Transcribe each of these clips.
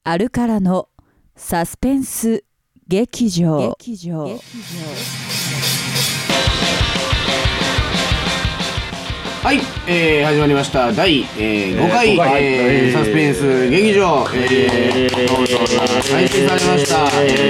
あるからのサスペンス劇場。 はい、始まりました第、5回、サスペンス劇場、放送が開始されました。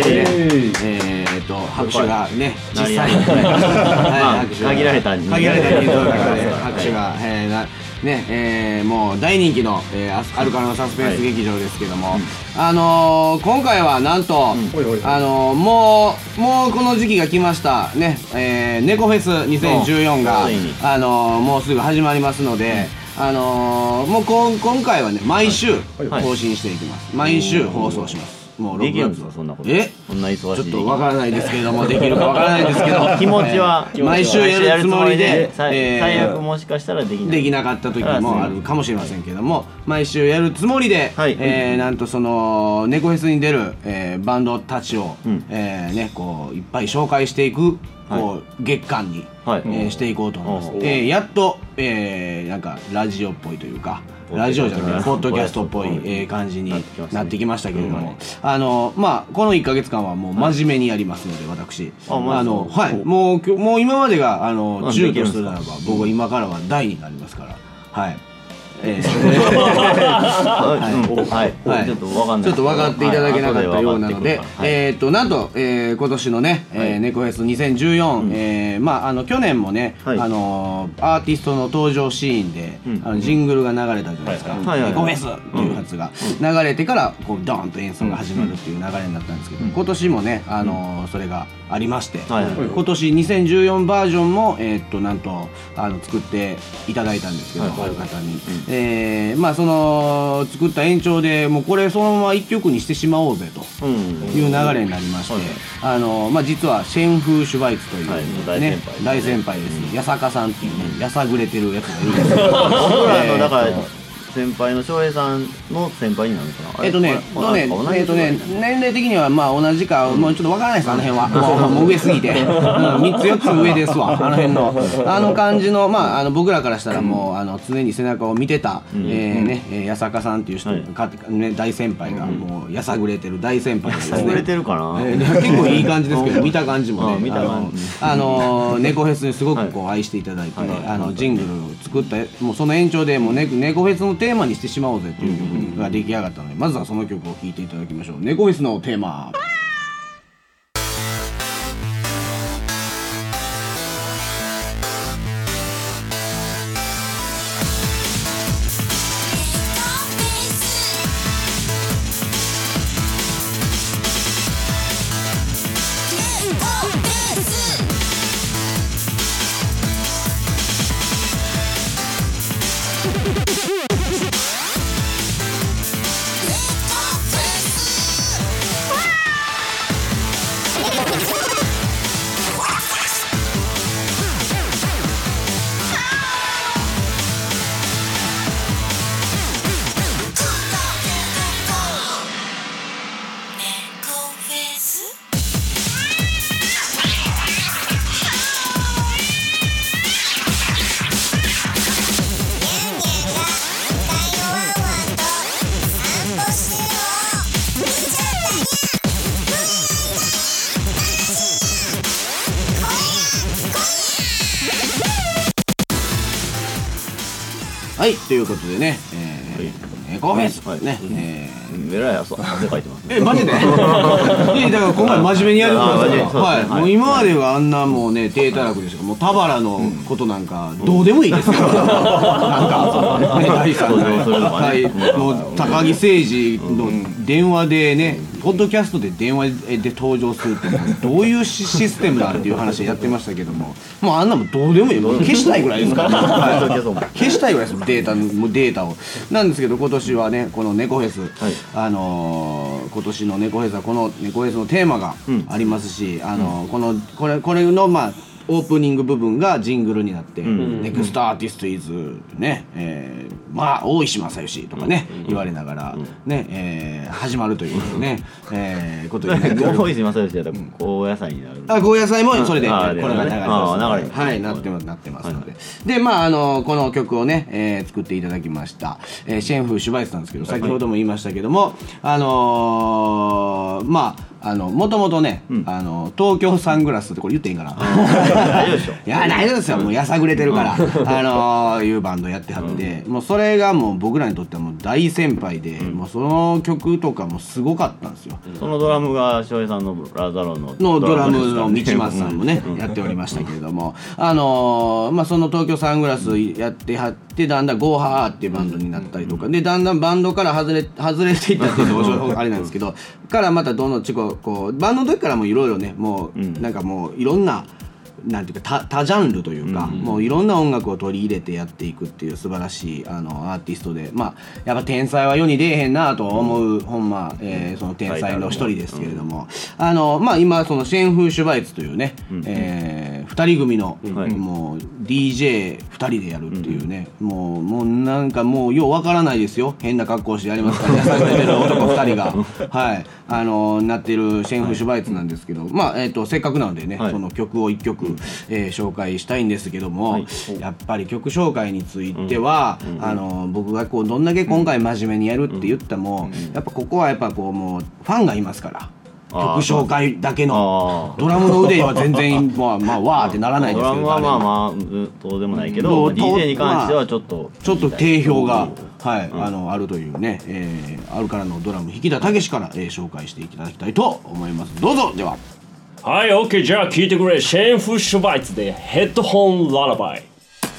拍手がね、実際に、 限られた人数だからね、拍手が、もう大人気の、アルカのサスペンス劇場ですけども、今回はなんと、もうこの時期が来ましたね、猫フェス2014が、もうすぐ始まりますので、もう今回はね毎週更新していきます。毎週放送します。もうできるんですか、そんなこと。そんな忙しい。 ちょっとわからないですけれども、できるかわからないですけど、 気持ちは毎週やるつもりで、 最悪もしかしたらできなかった時もあるかもしれませんけども、毎週やるつもりで、なんとその猫フェスに出る、バンドたちを、こういっぱい紹介していくこう月間に、していこうと思います。やっと、なんかラジオっぽいというか、ラジオじゃないポッドキャストっぽい、感じになってきましたけれども、この1ヶ月間はもう真面目にやりますので、私もう今までが中とするならば、僕は今からは大になりますから、ちょっと分かっていただけなかったようなので、なんと、今年のね、猫フェス2014、去年もね、アーティストの登場シーンで、ジングルが流れたじゃないですか。猫フェスっていうやつが流れてからこうドーンと演奏が始まるっていう流れになったんですけど、今年もね、それがありまして、今年2014バージョンもなんと作っていただいたんですけど、ある方に。その作った延長でもうこれそのまま1曲にしてしまおうぜという流れになりまして、実はシェンフー・シュバイツというね、大先輩です。八坂さんっていうね、やさぐれてるやつがいるんですけど、 だから先輩の翔平さんの先輩になるのかな。 年齢的には同じか、もうちょっとわからないです、あの辺は。もう上すぎて、3つ4つ上ですわ、あの辺の感じの、僕らからしたらもう常に背中を見てた八坂さんっていう人、大先輩がもうやさぐれてる大先輩ですね。 やさぐれてるかな。 結構いい感じですけど、見た感じもね、猫フェスにすごくこう愛していただいて、ジングルを作った、もうその延長でもう猫フェスのテーマにしてしまおうぜっていう曲が出来上がったので、まずはその曲を聴いていただきましょう。猫フェスのテーマ。はい、ということでね、猫フェスね、 えらい汗かいてますね。 マジで？だから今回真面目にやるからさ、もう今まではあんなもうね低たらくでしたから、もう田原のことなんかどうでもいいですから、なんか大さんもう高木誠二の電話でね、ポッドキャストで電話で登場するってどういうシステムだっていう話やってましたけども、もうあんなもんどうでもいい、もう消したいぐらいですからね。消したいぐらいです、データをなんですけど、今年はねこの猫フェス、今年の猫フェスはこの猫フェスのテーマがありますし、これのオープニング部分がジングルになって、ネクストアーティストイズね、 まあ大石正義とかね、言われながらね、始まるというね、ことになって大石正義だったら高野菜になる。 高野菜もそれでこれが流れます。 流れはい、なってますので、でまあこの曲をね、作っていただきました、シェンフー・シュバイツなんですけど、先ほども言いましたけども、まあもともとね、東京サングラスってこれ言っていいんかな。 大丈夫でしょ。 いや大丈夫ですよ、もうやさぐれてるからいうバンドやってはって、もうそれがもう僕らにとってはもう大先輩で、もうその曲とかもすごかったんですよ。 そのドラムが翔平さんのラザロのドラムの道松さんもね、やっておりましたけれども、まあその東京サングラスやってはって、だんだんゴーハーっていうバンドになったりとかで、だんだんバンドから外れていったっていうのがあれなんですけど、からまたどんどんこうバンドの時からもいろいろね、もうなんかもういろんななんていうか多ジャンルというか、もういろんな音楽を取り入れてやっていくっていう素晴らしいアーティストで、まあやっぱ天才は世に出えへんなと思う、ほんま、その天才の一人ですけれども、まあ今そのシェンフー・シュバイツというね、2人組の、もう DJ2 人でやるっていうね、もうなんかもうようわからないですよ、変な格好してやりますから、やさぐれてる男2人がはいなってるシェンフー・シュバイツなんですけど、まあせっかくなのでね、その曲を1曲紹介したいんですけども、やっぱり曲紹介については、僕がこうどんだけ今回真面目にやるって言っても、やっぱここはやっぱこうもうファンがいますから、曲紹介だけのドラムの腕は全然まあわーってならないですけど、 ドラムはまあどうでもないけど、DJ に関してはちょっと定評がはいあるというね、あるからのドラム引田武史から紹介していただきたいと思います。どうぞ。でははい、OK、じゃあ聴いてくれ。シェーンフッシュバイツでヘッドホンララバイ。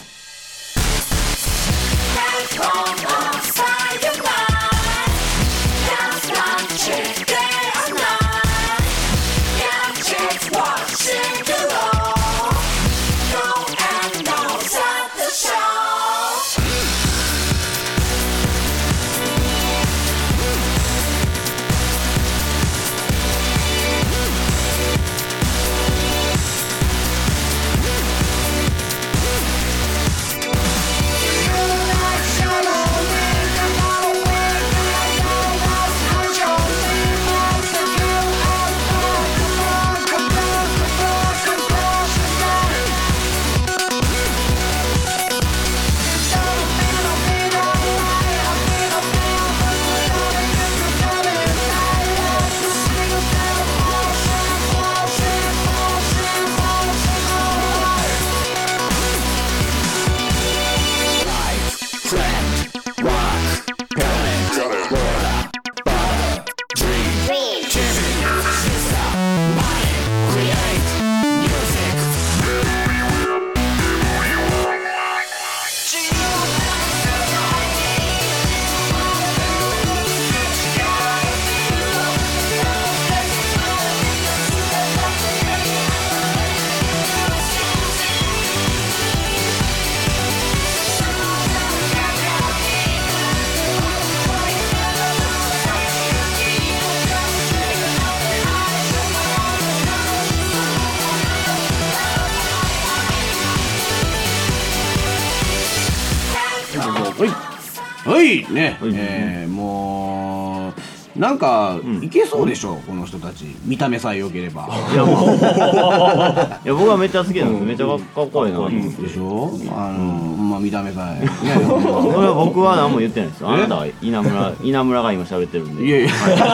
はいね、もうなんかいけそうでしょ、この人たち見た目さえ良ければ。 いや僕はめっちゃ好きなんです。めっちゃかっこいいなでしょ、まあ見た目さえそれは僕は何も言ってないですよ。あなたは稲村が今喋ってるんで。 いやいや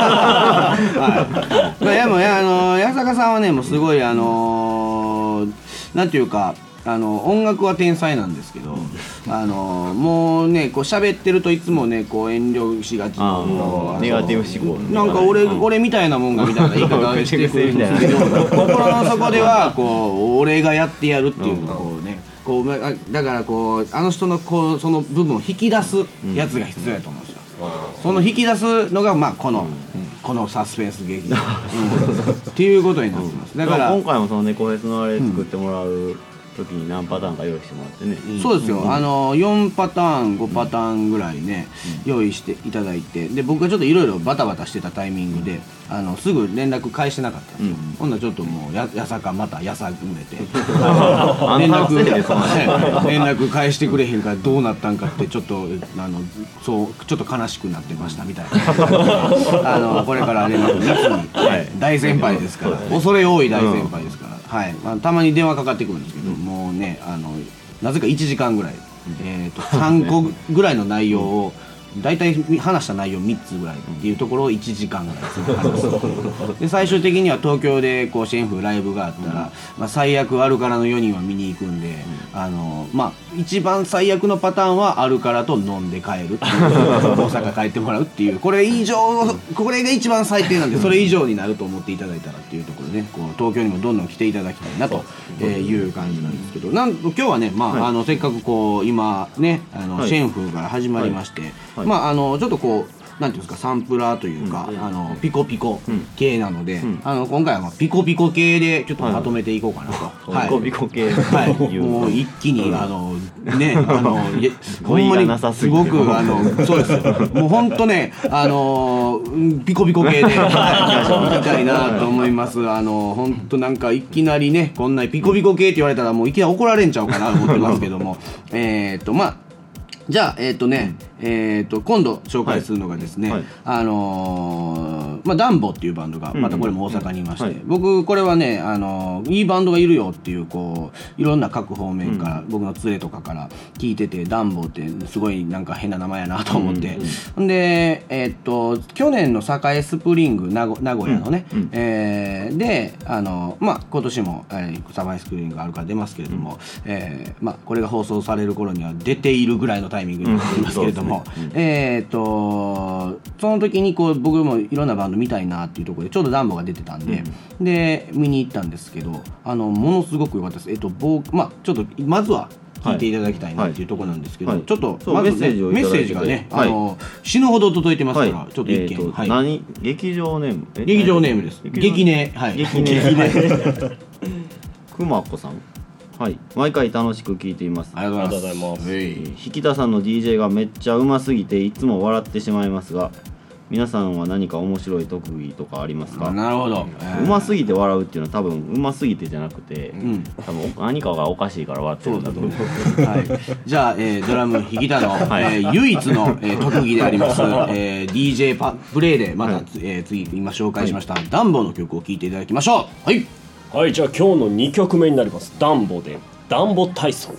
はいいやもう八坂さんはね、もうすごいなんていうか音楽は天才なんですけど、もうねこう喋ってるといつもねこう遠慮しがちなネガティブ思考なんか俺みたいなもんがみたいな言い方をしてくるんですけど心の底ではこう俺がやってやるっていうのをこうねこうだからこうあの人のこうその部分を引き出すやつが必要だと思うんですよ。その引き出すのがまあこのサスペンス劇っていうことになってます。だから今回もその猫フェスのあれ作ってもらう時に何パターンか用意してもらってね。 そうですよ、4パターン5パターンぐらいね、用意していただいて、で僕がちょっといろいろバタバタしてたタイミングですぐ連絡返してなかったんですよ。ほんならちょっともうやさかまたやさぐれて連絡返してくれへんからどうなったんかってちょっとそうちょっと悲しくなってましたみたいなこれから連絡密に、大先輩ですから、恐れ多い大先輩ですから、はい、たまに電話かかってくるんですけど、もうねなぜか1時間ぐらい、3個ぐらいの内容を大体話した内容3つぐらいっていうところを1時間ぐらいで最終的には東京でこうシェンフライブがあったら、最悪アルカラの4人は見に行くんで、一番最悪のパターンはアルカラと飲んで帰るっていう大阪帰ってもらうっていう、これが一番最低なんで、それ以上になると思っていただいたらっていうところでね、こう東京にもどんどん来ていただきたいなという感じなんですけど、今日はね、せっかくこう今ねシェンフが始まりまして、ちょっとこうなんていうんですか、サンプラーというか、ピコピコ系なので、今回はピコピコ系でちょっとまとめていこうかなと。 ピコピコ系、 もう一気にほんまにすごくそうですよ、もう本当ねピコピコ系でいきたいなと思います。本当なんかいきなりね、こんなピコピコ系って言われたらもういきなり怒られんちゃうかなと思ってますけどもじゃあ今度紹介するのがですね、ダンボっていうバンドがまたこれも大阪にいまして、僕これはねいいバンドがいるよっていうこういろんな各方面から僕の連れとかから聞いてて、ダンボってすごいなんか変な名前やなと思って、で去年の栄スプリング名古屋のね、で今年も栄スプリングがあるから出ますけれども、これが放送される頃には出ているぐらいのタイミングになっていますけれども、その時にこう僕もいろんなバンド見たいなっていうところでちょうどダンボが出てたんで、で見に行ったんですけど、ものすごく良かったです。ちょっとまずは聞いていただきたいなっていうところなんですけど、ちょっとまずねメッセージがね死ぬほど届いてますから、ちょっと一件、 劇場ネームです。劇ね、 くまこさん、毎回楽しく聞いています。 ありがとうございます。 引田さんの DJ がめっちゃうますぎていつも笑ってしまいますが、皆さんは何か面白い特技とかありますか？ なるほど。 うますぎて笑うっていうのは多分うますぎてじゃなくて、多分何かがおかしいから笑ってるんだと思う。 じゃあ、ドラム引田の、唯一の、特技であります、DJ プレイでまた、次今紹介しましたダンボの曲を聴いていただきましょう。 はい、じゃあ今日の2曲目になります。ダンボでダンボ体操。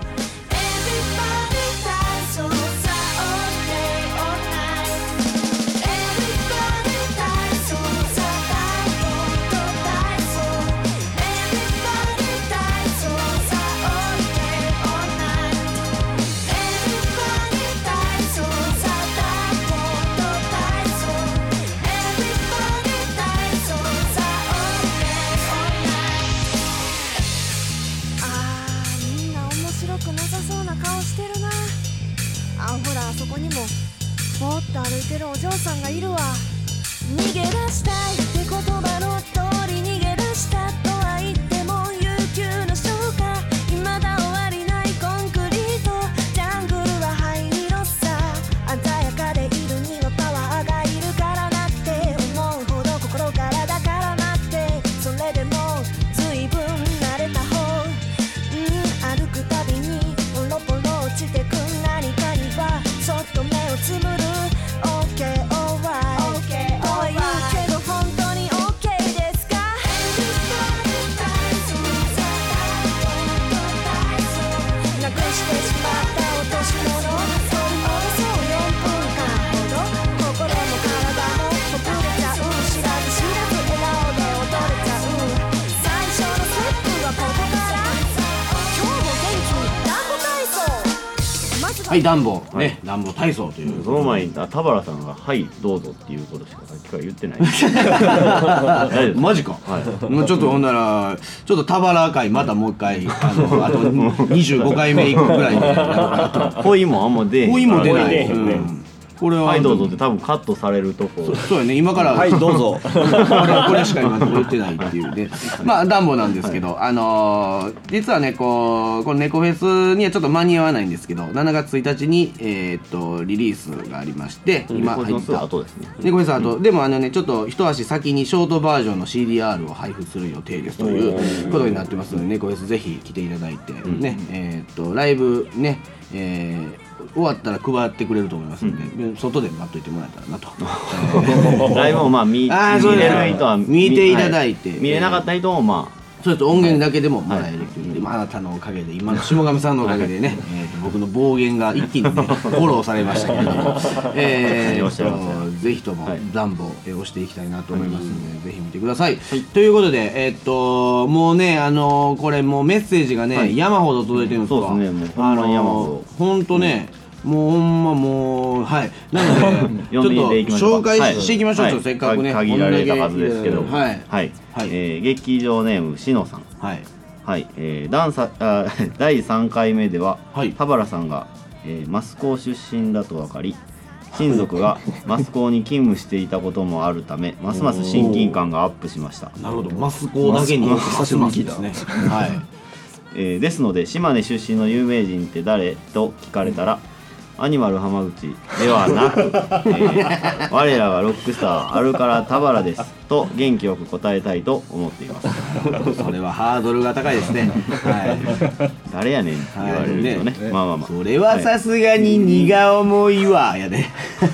ぼーっと歩いてるお嬢さんがいるわ。逃げ出したいって言葉の通り逃げ出したとは言っても悠久の消化、未だ終わりないコンクリートジャングルは灰色さ、鮮やかでいるにはパワーがいるからなって思うほど心からだからなって、それでも随分慣れた方、歩くたびにポロポロ落ちてく何かにはそっと目をつむる。 ダンボね、ダンボ体操という。 その前に田原さんがはいどうぞっていうことしかさっきから言ってない。 マジか。もうちょっとほんならちょっと田原会またもう一回あと25回目いくぐらいでやろうかなと。 ホイもあんま出へん。 ホイも出ない。 これははいどうぞって多分カットされるとこそうやね今からはいどうぞこれしか今言ってないっていうねまあ暖房なんですけど、実はねこの猫フェスにはちょっと間に合わないんですけど7月1日にリリースがありまして、今入った後ですね猫フェス後、でもねちょっと一足先にショートバージョンの CDR を配布する予定ですということになってますので、猫フェスぜひ来ていただいてね、ライブね終わったら配ってくれると思いますので、外で待っといてもらえたらなとライブもまあ見れる人は見ていただいて、 見れなかった人もまあそうです、音源だけでももらえるという、あなたのおかげで今の下上さんのおかげでね僕の暴言が一気にねフォローされましたけれどもぜひとも暖房押していきたいなと思いますので、ぜひ見てください、ということでもうねこれもうメッセージがね、山ほど届いてるんですか。 そうですね、もうほんまに山ほどほんとね、もうほんまもうはいなのでちょっと紹介していきましょう、せっかくね限られた数ですけど、 はい劇場ネームしのさん、 はい第3回目では、 はい田原さんが、益子出身だと分かり、親族が益子に勤務していたこともあるため、ますます親近感がアップしました。 なるほど、益子だけに久しぶりですねはいですので、島根出身の有名人って誰と聞かれたら、アニマル浜口ではなく、我らがロックスターアルカラ田原ですと元気よく答えたいと思っています。 それはハードルが高いですね。はい。 誰やねんって言われるけどね。まあまあまあ。 それはさすがに荷が重いわやで。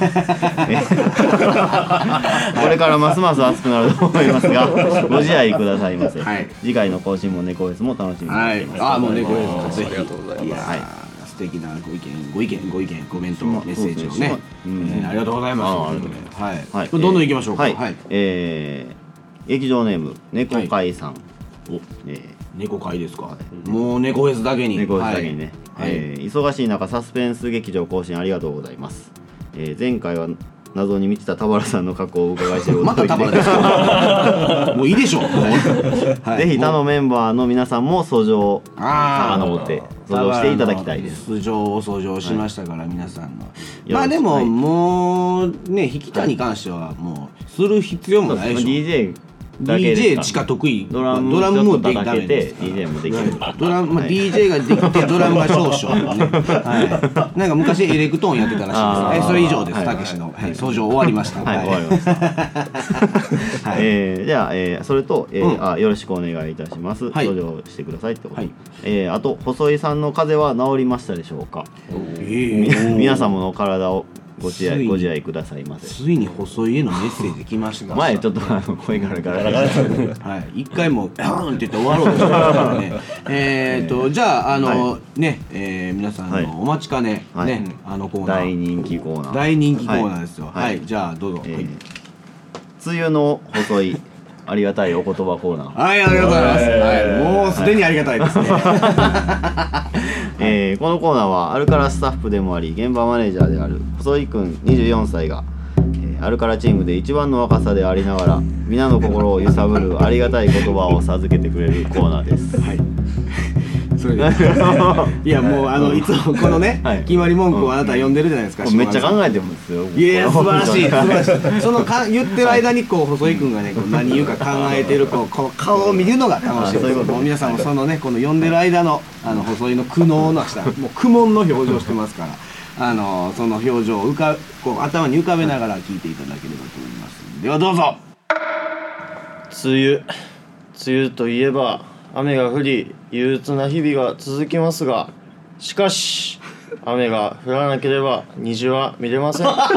これからますます熱くなると思いますが、ご自愛くださいませ。 はい次回の更新も猫フェスも楽しみにしています。 あ、もう猫フェスぜひ。 ありがとうございます。 はい。素敵なご意見、コメント、メッセージをね、ありがとうございます。はい。どんどん行きましょうか。 はい。劇場ネーム猫会さん。 猫会ですか。もう猫フェスだけに。 猫フェスだけにね。忙しい中サスペンス劇場更新ありがとうございます。前回は謎に満ちた田原さんの過去をお伺いしてまた田原ですか。もういいでしょう。 ぜひ他のメンバーの皆さんも訴状を遡って訴状していただきたいです。 訴状しましたから皆さんの。まあでももうね、引田に関してはもうする必要もないでしょ。DJ しか得意、 ドラムもできて DJ もできる。 DJ ができてドラムが少々ね。なんか昔エレクトーンやってたらしいです。それ以上です。たけしの訴状終わりました。 はい、終わりました。じゃあそれとよろしくお願いいたします。訴状してくださいってこと。あと細井さんの風邪は治りましたでしょうか。皆様の体をご自愛くださいませ。 ついに細いへのメッセージ来ました。 前ちょっと声ガラガラはい一回もって言って終わろうとしたからね。じゃあね皆さんのお待ちかねねコーナー、 大人気コーナーですよ。はいじゃあどうぞ。 梅雨の細いありがたいお言葉コーナー。 はいありがとうございます。もうすでにありがたいですね。 このコーナーはアルカラスタッフでもあり現場マネージャーである細井くん24歳が、アルカラチームで一番の若さでありながら皆の心を揺さぶるありがたい言葉を授けてくれるコーナーです。はいそれでいやもういつもこのね決まり文句をあなた読んでるじゃないですか。 めっちゃ考えてますよ。 いや素晴らしい素晴らしい。その言ってる間に細井君がね何言うか考えてるこの顔を見るのが楽しいです。皆さんもそのねこの読んでる間の細井の苦悩の下もう苦悶の表情してますからその表情を頭に浮かべながら聞いていただければと思います。ではどうぞ。 梅雨といえば雨が降り憂鬱な日々が続きますが、しかし雨が降らなければ虹は見れません。 完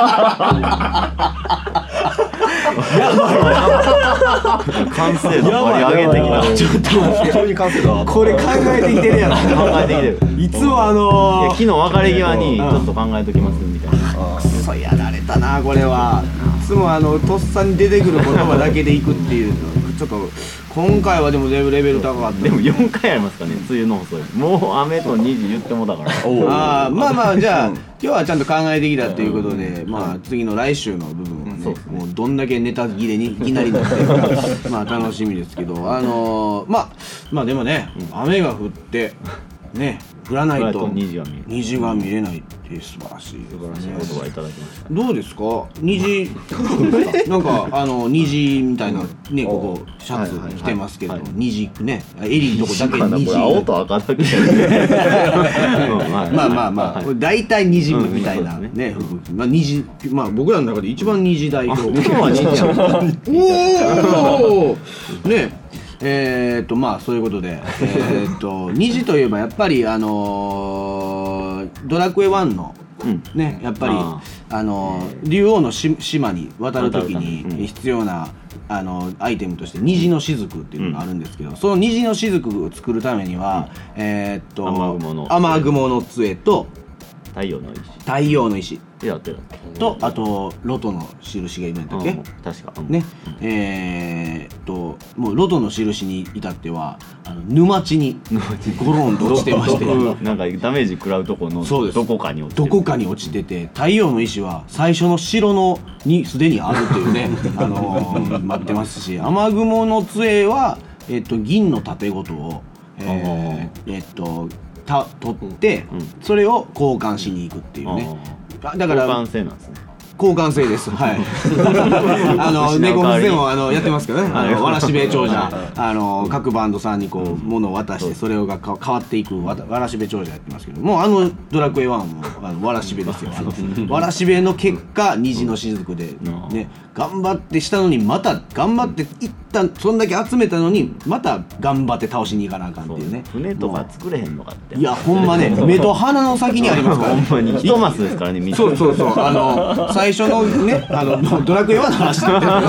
成度割り上げてきた。 ちょっと待って、これ考えてきてるやろ。 考えてきてる。 いつも昨日別れ際にちょっと考えときますみたいな。 くそやられたなこれは。いつもとっさに出てくる言葉だけでいくっていうちょっと今回はでもレベル高かった。 でも4回ありますかね、梅雨の細い。もう雨と虹言ってもだから。 まあじゃあ今日はちゃんと考えてきたっていうことで、まあ次の来週の部分をね、もうどんだけネタ切れにいきなりなってるかまあ楽しみですけど、まあでもね、雨が降ってね降らないと虹が見れないって素晴らしい素晴らしい言葉いただきました。 どうですか虹なんか虹みたいなねここシャツ着てますけど、虹ね襟のとこだけ虹青と赤だけまあ大体虹みたいなね服、虹僕らの中で一番虹代表。 今日は虹やおおねそういうことで虹といえばやっぱりドラクエ1のねやっぱり竜王の島に渡るときに必要なアイテムとして虹の雫っていうのがあるんですけど、その虹の雫を作るためには雨雲の杖と太陽の石とあとロトの印がいるんだっけ、 確かねもうロトの印に至っては沼地にゴロンと落ちてましてなんかダメージ食らうとこのどこかに落ちてて、 太陽の石は最初の城にすでにあるっていうね待ってますし、雨雲の杖は銀の盾ごとを取ってそれを交換しに行くっていうね。だから交換性なんですね。 交換性です。はい。猫フェスでもやってますけどね。わらしべ長者各バンドさんにこう物を渡してそれが変わっていくわらしべ長者やってますけど、もうドラクエ1もわらしべですよ。わらしべの結果虹の雫でね頑張ってしたのにまた頑張って一旦そんだけ集めたのにまた頑張って倒しに行かなあかんっていうね。 船とか作れへんのかって。 いやほんまね目と鼻の先にありますから。 ほんまに一マスですからね。 そう最初のねドラクエ1の話だって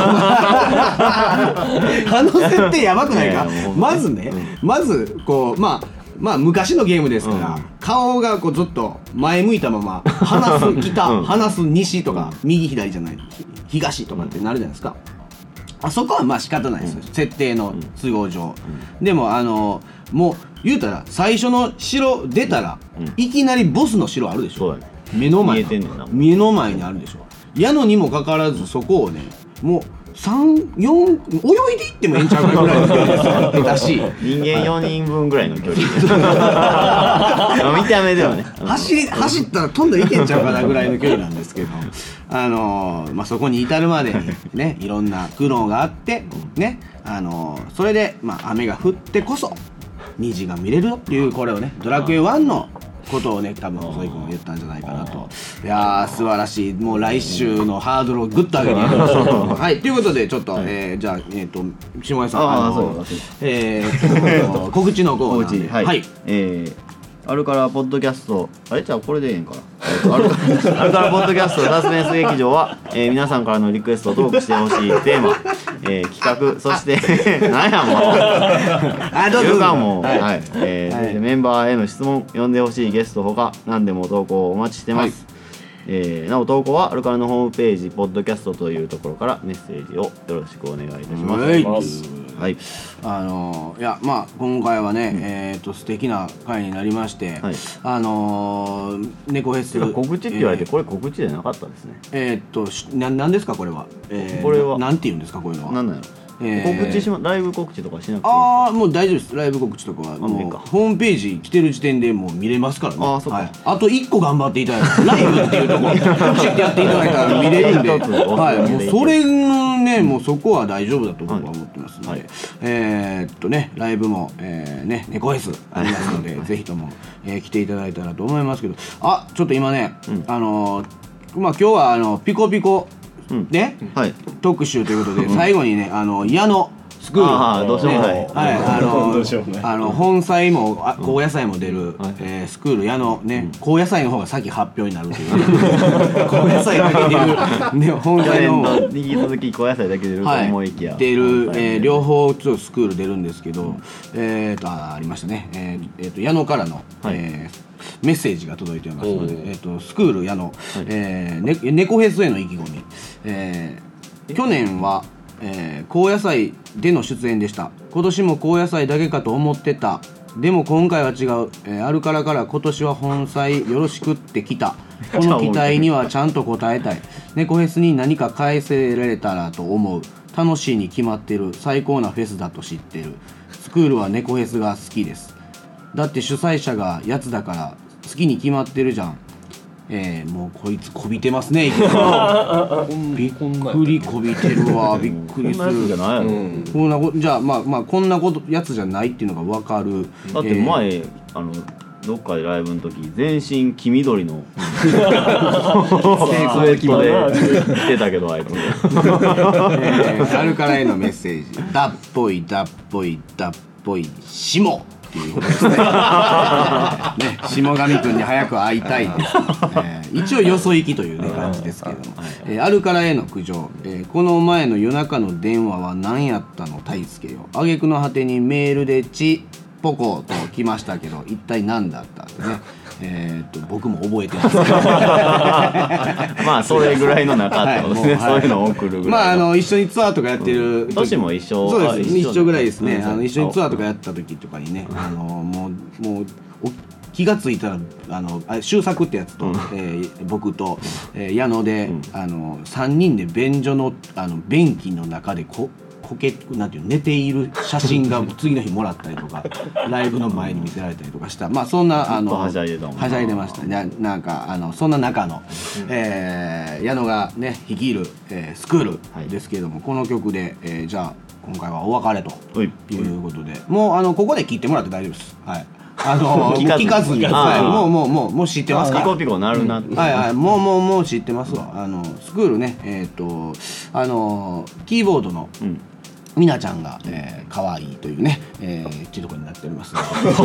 設定やばくないか。まずこう昔のゲームですから、顔がこうずっと前向いたまま話す北、話す西とか右左じゃない東とかってなるじゃないですか。そこは仕方ないですよ、設定の都合上。でももう言うたら最初の城出たら、いきなりボスの城あるでしょ。目の前にあるでしょ。やのにもかかわらずそこをねもう3、4泳いでいってもええんちゃうかぐらいの距離ですよ。下手しい人間4人分ぐらいの距離見た目ではね走ったら飛んだらいけんちゃうかなぐらいの距離なんですけどそこに至るまでにねいろんな苦労があってねそれで雨が降ってこそ虹が見れるっていう、これをねドラクエ1のことをね多分細井君が言ったんじゃないかなと。いやー素晴らしい。もう来週のハードルをグッと上げていきましょう。はいということでちょっと、じゃあ下江さん告知のコーナーではいアルカラポッドキャストじゃあこれでいいんかな。アルカラポッドキャストサスペンス劇場は、皆さんからのリクエストをトークしてほしいテーマ、企画そして何やもういうかもメンバーへの質問、呼んでほしいゲストほか何でも投稿をお待ちしてます。なお投稿はアルカラのホームページポッドキャストというところからメッセージをよろしくお願いいたします。はい、いや今回はね、素敵な回になりまして、猫フェス告知って言われて、これ告知じゃなかったですね。 何ですかこれは。 これはなんて言うんですかこういうのは。 何なの。告知ライブ告知とかしなくていいですか。 もう大丈夫です。ライブ告知とかはもうホームページ来てる時点でもう見れますからね。 そうか。 あと1個頑張っていただいてライブっていうところ告知ってやっていただいたら見れるんで、もうそれのねもうそこは大丈夫だと僕は思ってますので、ライブも猫フェスありますのでぜひとも来ていただいたらと思いますけど、ちょっと今ね今日はピコピコね、特集ということで最後にね矢野スクールどうしようもない本祭も高野菜も出るスクール矢野ね、高野菜の方が先発表になるという高野菜だけ出る本祭の引き続き高野菜だけ出ると思いきや出る両方ちょっとスクール出るんですけどありましたね矢野からのメッセージが届いていますのでスクール矢野猫フェスへの意気込み去年は高野菜での出演でした。今年も高野菜だけかと思ってた。でも今回は違う。アルカラから今年は本祭よろしくってきた。この期待にはちゃんと応えたい。猫フェスに何か返せられたらと思う。楽しいに決まってる。最高なフェスだと知ってる。スクールは猫フェスが好きです。 だって主催者がやつだから好きに決まってるじゃん。もうこいつこびてますね。びっくりこびてるわ。びっくりする。こんなことじゃあまあこんなことやつじゃないっていうのが分かる。 だって前どっかでライブの時全身黄緑のスウェットで着てたけどあいつあるからへのメッセージ。だっぽいだっぽいだっぽいしもっていうことですね。下上くんに早く会いたいです。一応よそ行きというね感じですけれども、あるからへの苦情、この前の夜中の電話は何やったの大輔よ。挙句の果てにメールでちポコと来ましたけど一体何だったってね。僕も覚えてます。 まあそれぐらいの中ってことですね。そういうのを送るぐらい。 まあ一緒にツアーとかやってる年も一緒。 そうです。一緒ぐらいですね。一緒にツアーとかやった時とかにね、もう気がついたら周作ってやつと僕と矢野で3人で便所の便器の中でなんていう寝ている写真が次の日もらったりとかライブの前に見せられたりとかした。まあそんなはしゃいでましたね。なんかそんな中の矢野がね率いるスクールですけれども、この曲でじゃあ今回はお別れということで、もうここで聞いてもらって大丈夫です。はい。聞かずに、もう知ってますか。 ピコピコなるな。 はい、もう知ってますわ。スクールね、キーボードのみなちゃんが可愛いというね、ちゅうとこになっております。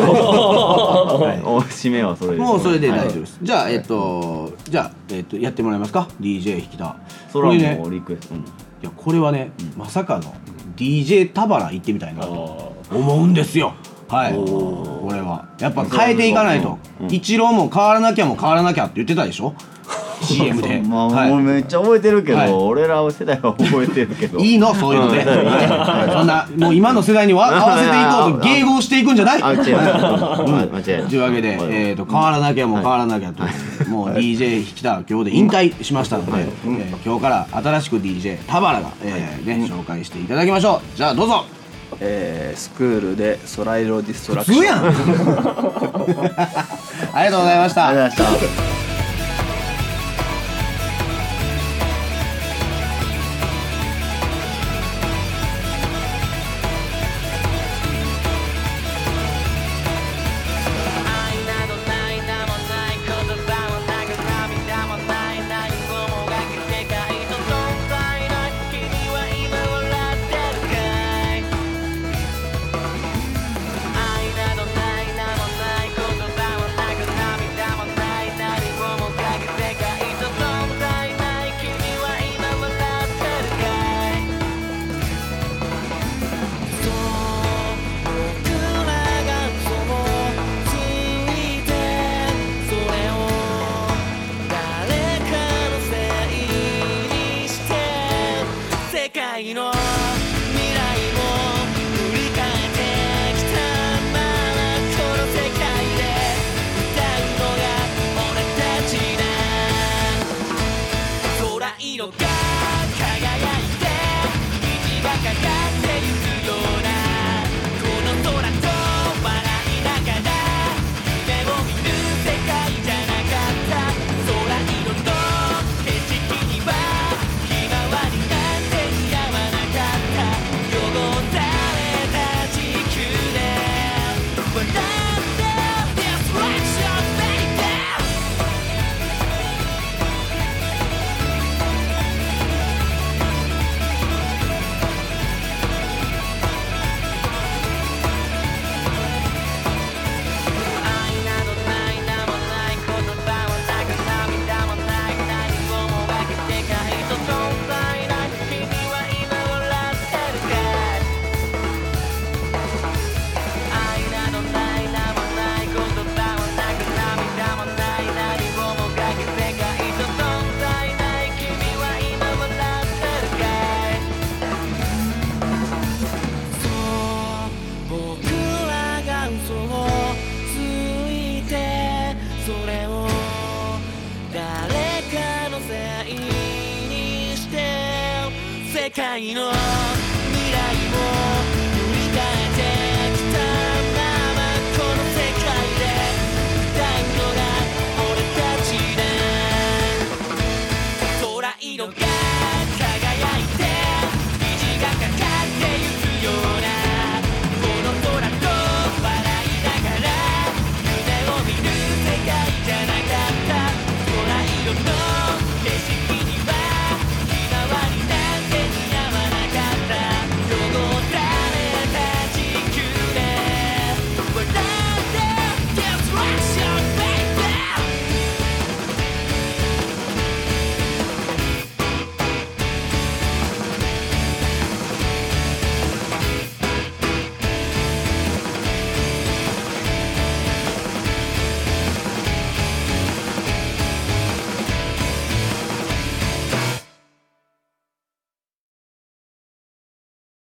締めはそれで。 もうそれで大丈夫です。じゃあやってもらえますか。DJ 引田。 それもリクエスト。 いやこれはね、まさかの DJ 田原行ってみたいなと思うんですよ。はい、これはやっぱ変えていかないと。一郎も変わらなきゃって言ってたでしょ。CM で。 まあもうめっちゃ覚えてるけど、俺ら世代は覚えてるけど。 いいのそういうので。そんなもう今の世代に合わせていこうと迎合していくんじゃない。 間違え。 というわけで変わらなきゃと、もう DJ 引田今日で引退しましたので、今日から新しく DJ 田原が紹介していただきましょう。じゃあどうぞ。 スクールでソライロディストラクション。 普通やん。ありがとうございました。 ありがとうございました。 世界の